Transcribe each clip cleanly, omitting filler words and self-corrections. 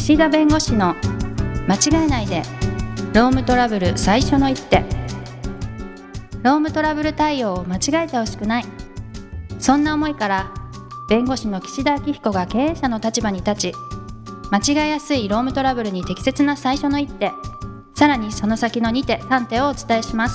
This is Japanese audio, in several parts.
岸田弁護士の間違えないでロームトラブル最初の一手。ロームトラブル対応を間違えてほしくない、そんな思いから弁護士の岸田明彦が経営者の立場に立ち、間違えやすいロームトラブルに適切な最初の一手、さらにその先の2手3手をお伝えします。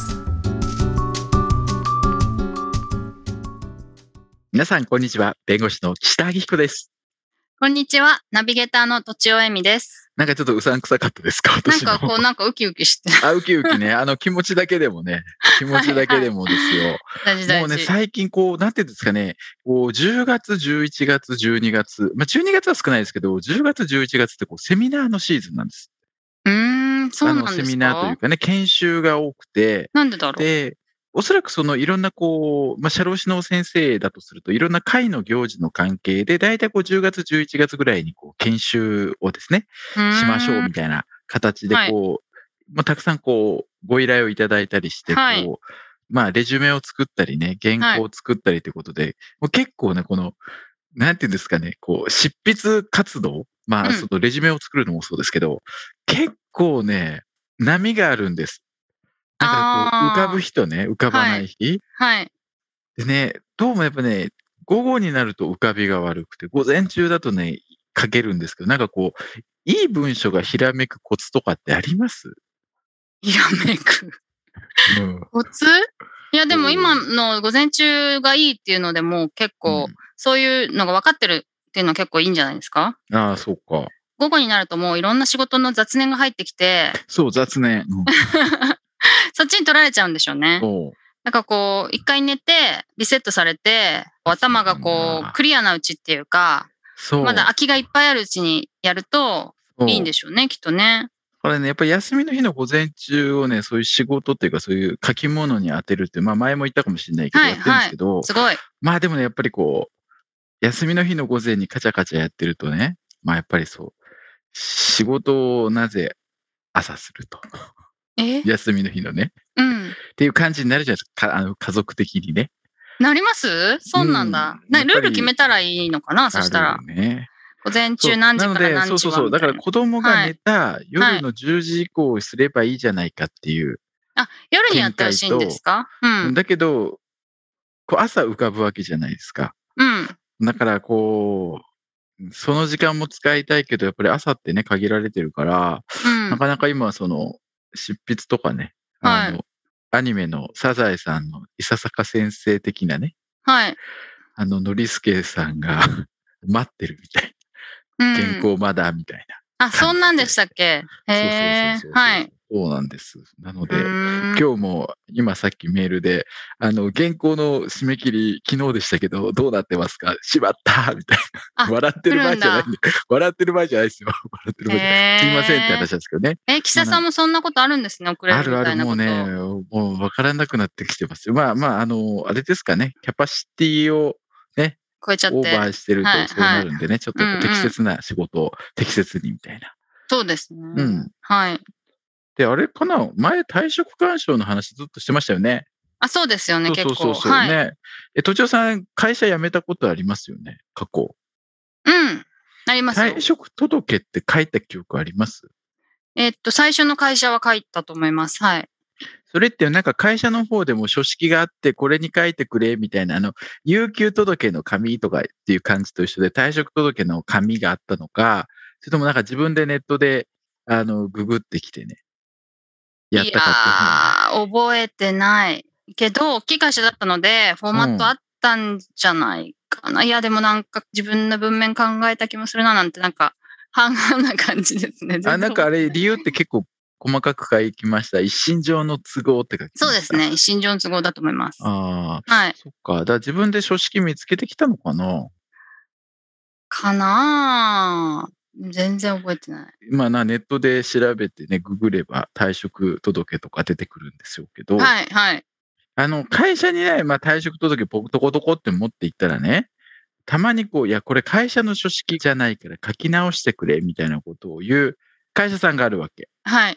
皆さんこんにちは。弁護士の岸田明彦です。 こんにちは。ナビゲーターのとちおえみです。 なんかちょっとうさんくさかったですか？私のなんかウキウキしてウキウキね。気持ちだけでもね、気持ちだけでもですよ。 大事もうね、最近なんていうんですかね、10月、11月、12月、12月は少ないですけど、10月、11月ってセミナーのシーズンなんです。 そうなんですか？ セミナーというかね、研修が多くて、 なんでだろう。 で、おそらくいろんな社労士の先生だとすると、いろんな会の行事の関係で、だいたい10月、11月ぐらいに研修をですね、しましょうみたいな形で、たくさんご依頼をいただいたりして、レジュメを作ったりね、原稿を作ったりということで、もう結構ね、なんていうんですかね、執筆活動、そのレジュメを作るのもそうですけど、結構ね、波があるんです。だから浮かぶ日とね、浮かばない日。でね、どうもやっぱね、午後になると浮かびが悪くて、午前中だとね、書けるんですけど、いい文章がひらめくコツとかってあります？ ひらめくコツ？いやでも今の午前中がいいっていうのでも結構、そういうのが分かってるっていうのは結構いいんじゃないですか？ ああ、そうか。 午後になるともういろんな仕事の雑念が入ってきて。 そう、雑念。 そっちに取られちゃうんでしょうね。一回寝て、リセットされて、頭がクリアなうちっていうか、まだ空きがいっぱいあるうちにやるといいんでしょうね、きっとね。 これね、やっぱり休みの日の午前中をね、そういう仕事っていうか、そういう書き物に当てるって、前も言ったかもしれないけど、やってるんですけど、 すごい。 でもね、やっぱり休みの日の午前にカチャカチャやってるとね、やっぱり仕事をなぜ朝すると。休みの日のね。っていう感じになるじゃないですか、家族的にね。 なります？そうなんだ。ルール決めたらいいのかな、そしたら。午前中何時から何時はみたいな。 そう。だから子供が寝た夜の10時以降をすればいいじゃないかっていう。 夜にやってほしいんですか？ だけど、朝浮かぶわけじゃないですか。だからその時間も使いたいけど、やっぱり朝ってね、限られてるから、なかなか今は執筆とかね、アニメのサザエさんの伊佐坂先生的なね、ノリスケさんが待ってるみたいな。原稿まだみたいな。 そんなんでしたっけ？ そうなんです。なので、今日も今さっきメールで、原稿の締め切り昨日でしたけど、どうなってますか？しまったみたいな。笑ってる場合じゃないんで。笑ってる場合じゃないですよ。笑ってる場合じゃない。すいませんって話なんですけどね。 岸田さんもそんなことあるんですね、遅れるみたいなこと。 ある、もう分からなくなってきてますよ。あれですかね、キャパシティをね、 超えちゃってオーバーしてるとそうなるんでね、ちょっとやっぱ適切な仕事を適切にみたいな。 そうですね。 で、あれかな、前退職勧奨の話ずっとしてましたよね。 そうですよね、結構。 ね。とちおさん、会社辞めたことありますよね、過去。 ありますよ。 退職届って書いた記憶あります？ 最初の会社は書いたと思います。 それってなんか会社の方でも書式があって、これに書いてくれみたいな、有給届の紙とかっていう感じと一緒で、退職届の紙があったのか、それともなんか自分でネットで、ググってきてね、やったかって覚えてないけど、大きい会社だったので、フォーマットあったんじゃないかな。いや、でもなんか自分の文面考えた気もするななんて、なんか半々な感じですね。 なんかあれ、理由って結構細かく書きました。一身上の都合って書きました。 そうですね。一身上の都合だと思います。 そっか。だから自分で書式見つけてきたのかな？ かなぁ。全然覚えてない。 ネットで調べてね、ググれば退職届とか出てくるんですよけど、会社にね、退職届どこどこって持っていったらね、たまにいや、これ会社の書式じゃないから書き直してくれみたいなことを言う会社さんがあるわけ。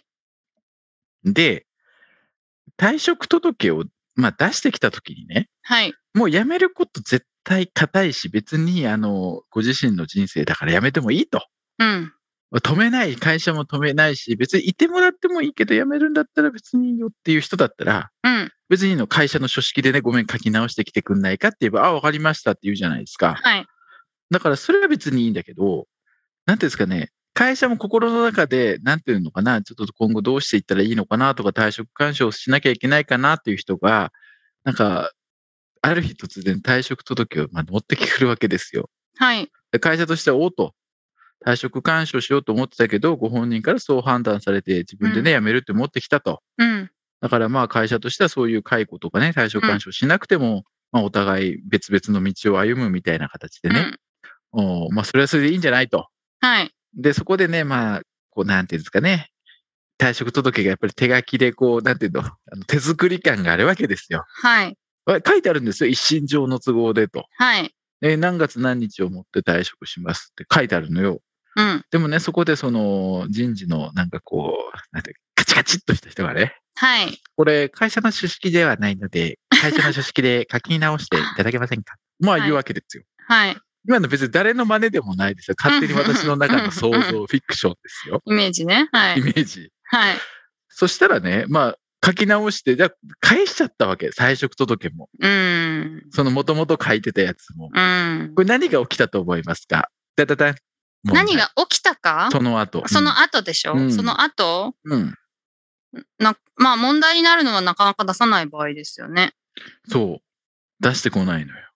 で、退職届を出してきたときにね、もう辞めること絶対固いし、別にご自身の人生だから辞めてもいいと。 止めない、会社も止めないし、別にいてもらってもいいけど、辞めるんだったら別にいいよっていう人だったら、別にいいの、会社の書式でね、ごめん、書き直してきてくんないかって言えば、あ、わかりましたって言うじゃないですか。 はい。 だからそれは別にいいんだけど、なんていうんですかね、会社も心の中で、なんていうのかな、ちょっと今後どうしていったらいいのかなとか、退職勧奨しなきゃいけないかなっていう人が、なんか、ある日突然退職届を持ってくるわけですよ。 はい。 で会社としては、退職勧奨しようと思ってたけど、ご本人からそう判断されて、自分でね、辞めるって持ってきたと。だからまあ会社としてはそういう解雇とかね、退職勧奨しなくても、お互い別々の道を歩むみたいな形でね、それはそれでいいんじゃないと。 はい。 で、そこでね、こうなんていうんですかね、退職届がやっぱり手書きでこう、なんていうの、手作り感があるわけですよ。 はい。 書いてあるんですよ、一身上の都合でと。 はい。 何月何日をもって退職しますって書いてあるのよ。でもね、そこでその人事のなんかこう、なんてカチカチっとした人がね、 はい。 これ会社の書式ではないので、会社の書式で書き直していただけませんか言うわけですよ。 はい。 今の別に誰の真似でもないですよ。勝手に私の中の想像、フィクションですよ。 イメージね。はい。 イメージ。 はい。 そしたらね、書き直して、じゃあ返しちゃったわけ。退職届も。その元々書いてたやつも。これ何が起きたと思いますか？ 何が起きたか？ その後。 その後でしょ？その後問題になるのはなかなか出さない場合ですよね。 そう。出してこないのよ。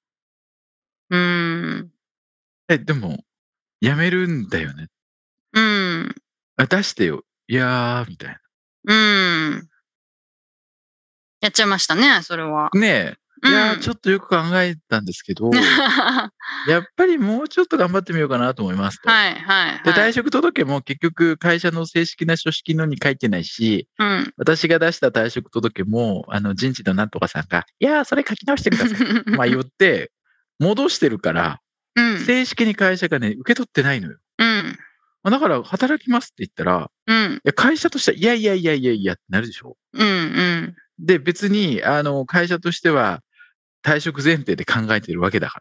でも、辞めるんだよね。出してよ。いやー、みたいな。 やっちゃいましたね、それは。 ねえ。いやー、ちょっとよく考えたんですけど、やっぱりもうちょっと頑張ってみようかなと思いますと。で、退職届も結局会社の正式な書式のに書いてないし、私が出した退職届も、人事のなんとかさんが、いやー、それ書き直してください。言って、戻してるから、正式に会社がね、受け取ってないのよ。だから、働きますって言ったら、会社としては、いやってなるでしょ。で、別に、会社としては、退職前提で考えてるわけだから。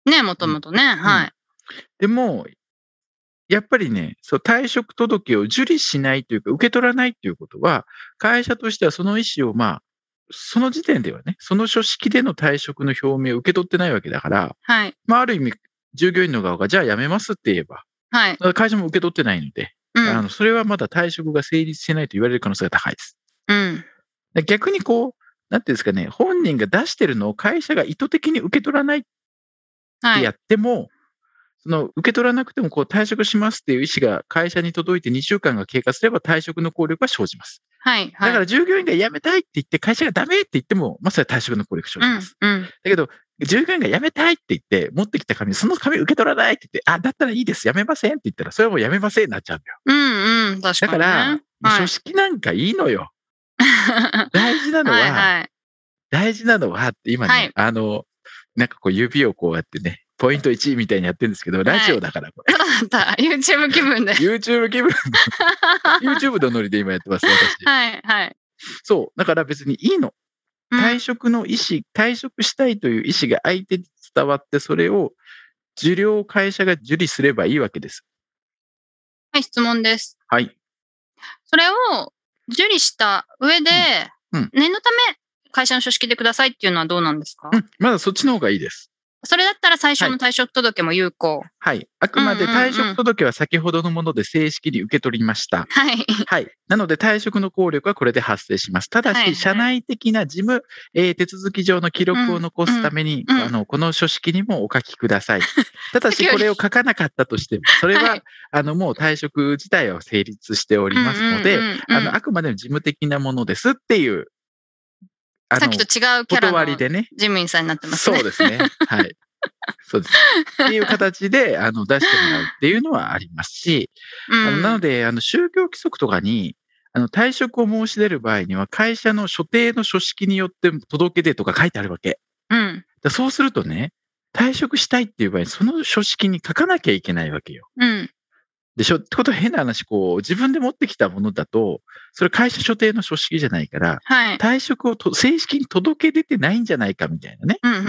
ね、もともとね。はい。 でも、やっぱりね、退職届を受理しないというか、受け取らないということは、会社としてはその意思を、その時点ではね、その書式での退職の表明を受け取ってないわけだから、ある意味、従業員の側が、じゃあ辞めますって言えば、会社も受け取ってないので、それはまだ退職が成立してないと言われる可能性が高いです。逆にこう、なんていうんですかね、本人が出してるのを会社が意図的に受け取らないってやっても、その受け取らなくてもこう退職しますっていう意思が会社に届いて2週間が経過すれば退職の効力が生じます。だから従業員が辞めたいって言って会社がダメって言っても、それは退職の効力が生じます。だけど、従業員が辞めたいって言って持ってきた紙、その紙受け取らないって言って、だったらいいです、辞めませんって言ったら、それはもう辞めませんになっちゃうんだよ。 確かに。 だから、書式なんかいいのよ。大事なのはって今ね、なんかこう指をこうやってね、ポイント1みたいにやってるんですけど、ラジオだからこれ。 YouTube 気分で。 YouTube 気分。YouTube のノリで今やってます、私。そう。だから別にいいの。退職の意思、退職したいという意思が相手に伝わって、それを受領会社が受理すればいいわけです。 はい、質問です。 はい。 それを受理した上で、念のため会社の書式でくださいっていうのはどうなんですか？ まだそっちの方がいいです。 それだったら最初の退職届も有効。 はい。あくまで退職届は先ほどのもので正式に受け取りました。はい。なので退職の効力はこれで発生します。ただし、社内的な事務、手続き上の記録を残すために、この書式にもお書きください。ただし、これを書かなかったとしても、それは、もう退職自体は成立しておりますので、あくまでも事務的なものですっていう、 さっきと違うキャラの事務員さんになってますね。 そうですね。はい。そうです。っていう形で出してもらうっていうのはありますし、なので、就業規則とかに、退職を申し出る場合には、会社の所定の書式によって届け出とか書いてあるわけ。そうするとね、退職したいっていう場合、その書式に書かなきゃいけないわけよ。でしょってことは変な話、自分で持ってきたものだと、それ会社所定の書式じゃないから、退職を正式に届け出てないんじゃないかみたいなね。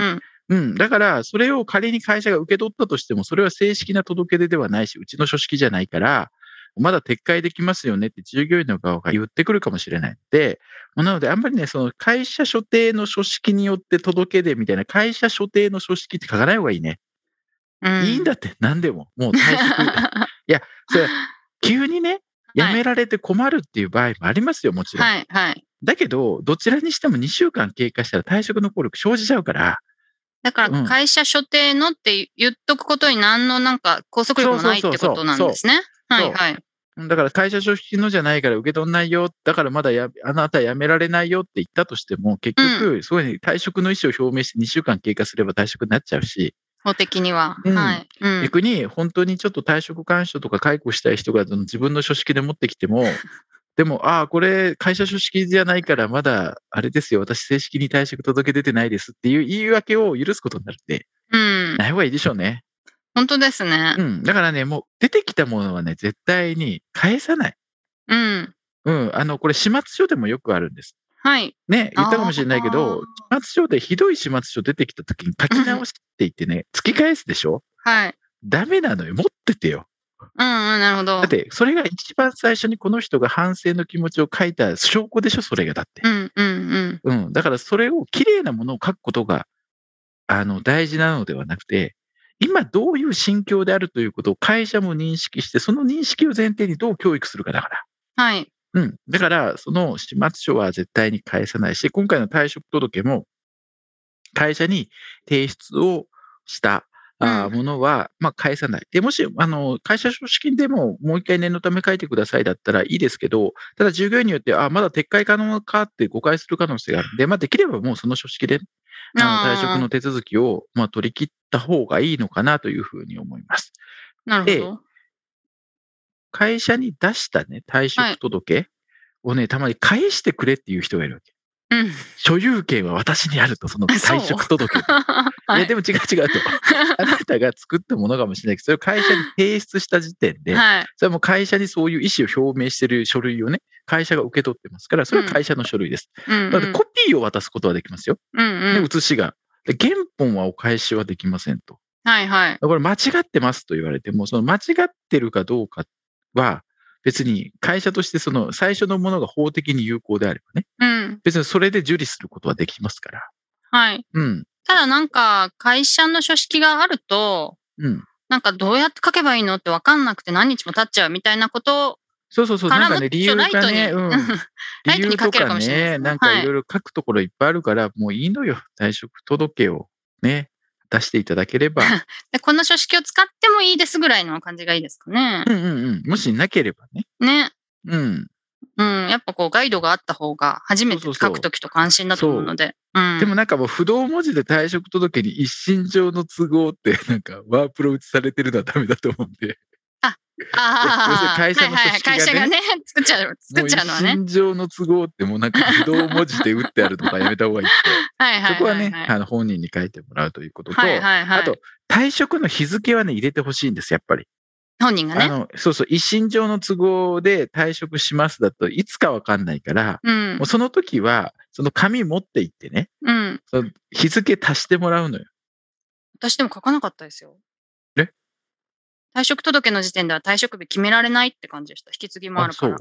だから、それを仮に会社が受け取ったとしても、それは正式な届け出ではないし、うちの書式じゃないから、まだ撤回できますよねって従業員の側が言ってくるかもしれないので、なので、あんまりね、その会社所定の書式によって届け出みたいな、会社所定の書式って書かない方がいいね。いいんだって、何でも。もう退職。いや、それ、急にね、辞められて困るっていう場合もありますよ、もちろん。 はいはい。 だけど、どちらにしても2週間経過したら退職の効力生じちゃうから。 だから会社所定のって言っとくことに何のなんか拘束力もないってことなんですね。はいはい。 だから会社書式のじゃないから受け取んないよ。だからまだあなた辞められないよって言ったとしても、結局、そういう退職の意思を表明して2週間経過すれば退職になっちゃうし。 法的には。はい。 逆に本当にちょっと退職勧奨とか解雇したい人が自分の書式で持ってきても、でも、これ会社書式じゃないからまだあれですよ、私正式に退職届出てないですっていう言い訳を許すことになるんで、ない方がいいでしょうね。 本当ですね。 だからね、もう出てきたものはね、絶対に返さない。これ始末書でもよくあるんです。 はい。 ね、言ったかもしれないけど、始末書でひどい始末書出てきた時に書き直しって言ってね、突き返すでしょ？ はい。 ダメなのよ。持っててよ。 なるほど。 だって、それが一番最初にこの人が反省の気持ちを書いた証拠でしょ、それがだって。だからそれを綺麗なものを書くことが、大事なのではなくて、今どういう心境であるということを会社も認識して、その認識を前提にどう教育するかだから。 はい。 だから、その始末書は絶対に返さないし、今回の退職届も、会社に提出をしたものは、返さない。で、もし、会社書式でももう一回念のため書いてくださいだったらいいですけど、ただ従業員によって、まだ撤回可能かって誤解する可能性があるんで、できればもうその書式で、退職の手続きを、取り切った方がいいのかなというふうに思います。 なるほど。 会社に出したね、退職届をね、たまに返してくれっていう人がいるわけ。所有権は私にあると、その退職届。いや、でも違うと。あなたが作ったものかもしれないけど、それを会社に提出した時点で、それはもう会社にそういう意思を表明している書類をね、会社が受け取ってますから、それは会社の書類です。なので、コピーを渡すことはできますよ。で、写しが。原本はお返しはできませんと。これ間違ってますと言われても、その間違ってるかどうかは、別に会社としてその最初のものが法的に有効であればね、別にそれで受理することはできますから。ただなんか会社の書式があると、なんかどうやって書けばいいのって分かんなくて何日も経っちゃうみたいなことなんかね、理由がね、 理由とかね、 なんかいろいろ書くところいっぱいあるから、もういいのよ。退職届をね、出していただければ。 で、この書式を使ってもいいですぐらいの感じがいいですかね。 もしなければね。 やっぱこうガイドがあった方が初めて書くときとか安心だと思うので。 でもなんかもう不動文字で退職届に一身上の都合ってなんかワープロ打ちされてるのはダメだと思うんで。会社の書式がね、 作っちゃうのはね。 一身上の都合ってもうなんか不動文字で打ってあるとかやめた方がいいって。そこはね、本人に書いてもらうということと、あと退職の日付はね、入れてほしいんです、やっぱり。 本人がね。 一身上の都合で退職しますだといつかわかんないから、もうその時は、その紙持って行ってね、その日付足してもらうのよ。 私でも書かなかったですよ。退職届の時点では退職日決められないって感じでした。引き継ぎもあるから。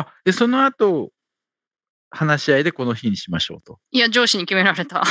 で、その後、話し合いでこの日にしましょうと。 いや、上司に決められた。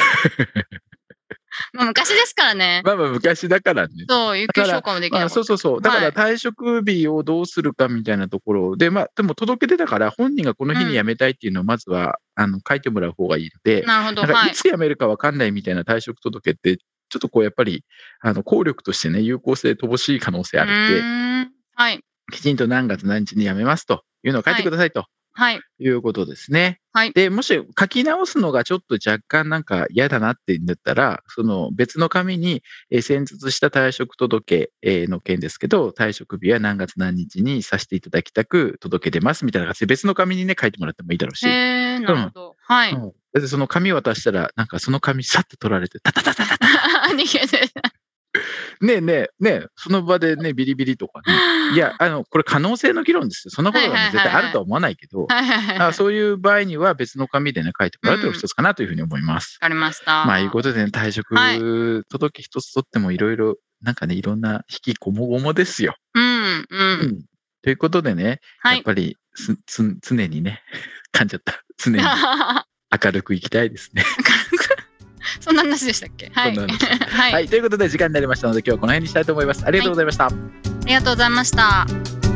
昔ですからね。 昔だからね。 有給消化もできない。 だから退職日をどうするかみたいなところで、でも届け出だから本人がこの日に辞めたいっていうのをまずは、書いてもらう方がいいので、 なるほど。 いつ辞めるか分かんないみたいな退職届って、ちょっとこうやっぱり、効力としてね、有効性乏しい可能性あるんで、きちんと何月何日に辞めますというのを書いてくださいと。いうことですね。で、もし書き直すのがちょっと若干なんか嫌だなって言うんだったら、その別の紙に選出した退職届の件ですけど、退職日は何月何日にさせていただきたく届け出ますみたいな感じで別の紙にね書いてもらってもいいだろうし。 なるほど。 だってその紙渡したら、なんかその紙さっと取られて、タタタタタタ逃げて。 ねえねえねえ、その場でね、ビリビリとかね。いや、これ可能性の議論ですよ。そんなことがね、絶対あるとは思わないけど、そういう場合には別の紙でね、書いてもらうというのが一つかなというふうに思います。 わかりました。 まあ、いうことでね、退職届一つ取ってもいろいろ、なんかね、いろんな引きこもごもですよ。ということでね、やっぱり常にね、噛んじゃった。常に明るくいきたいですね。 そんな話でしたっけ？はい。 はい、ということで時間になりましたので、今日はこの辺にしたいと思います。ありがとうございました。 ありがとうございました。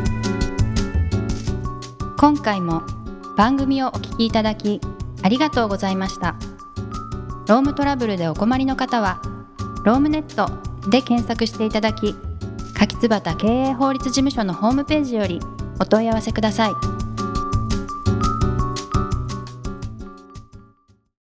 今回も番組をお聞きいただきありがとうございました。ロームトラブルでお困りの方は、ロームネットで検索していただき、柿椿経営法律事務所のホームページよりお問い合わせください。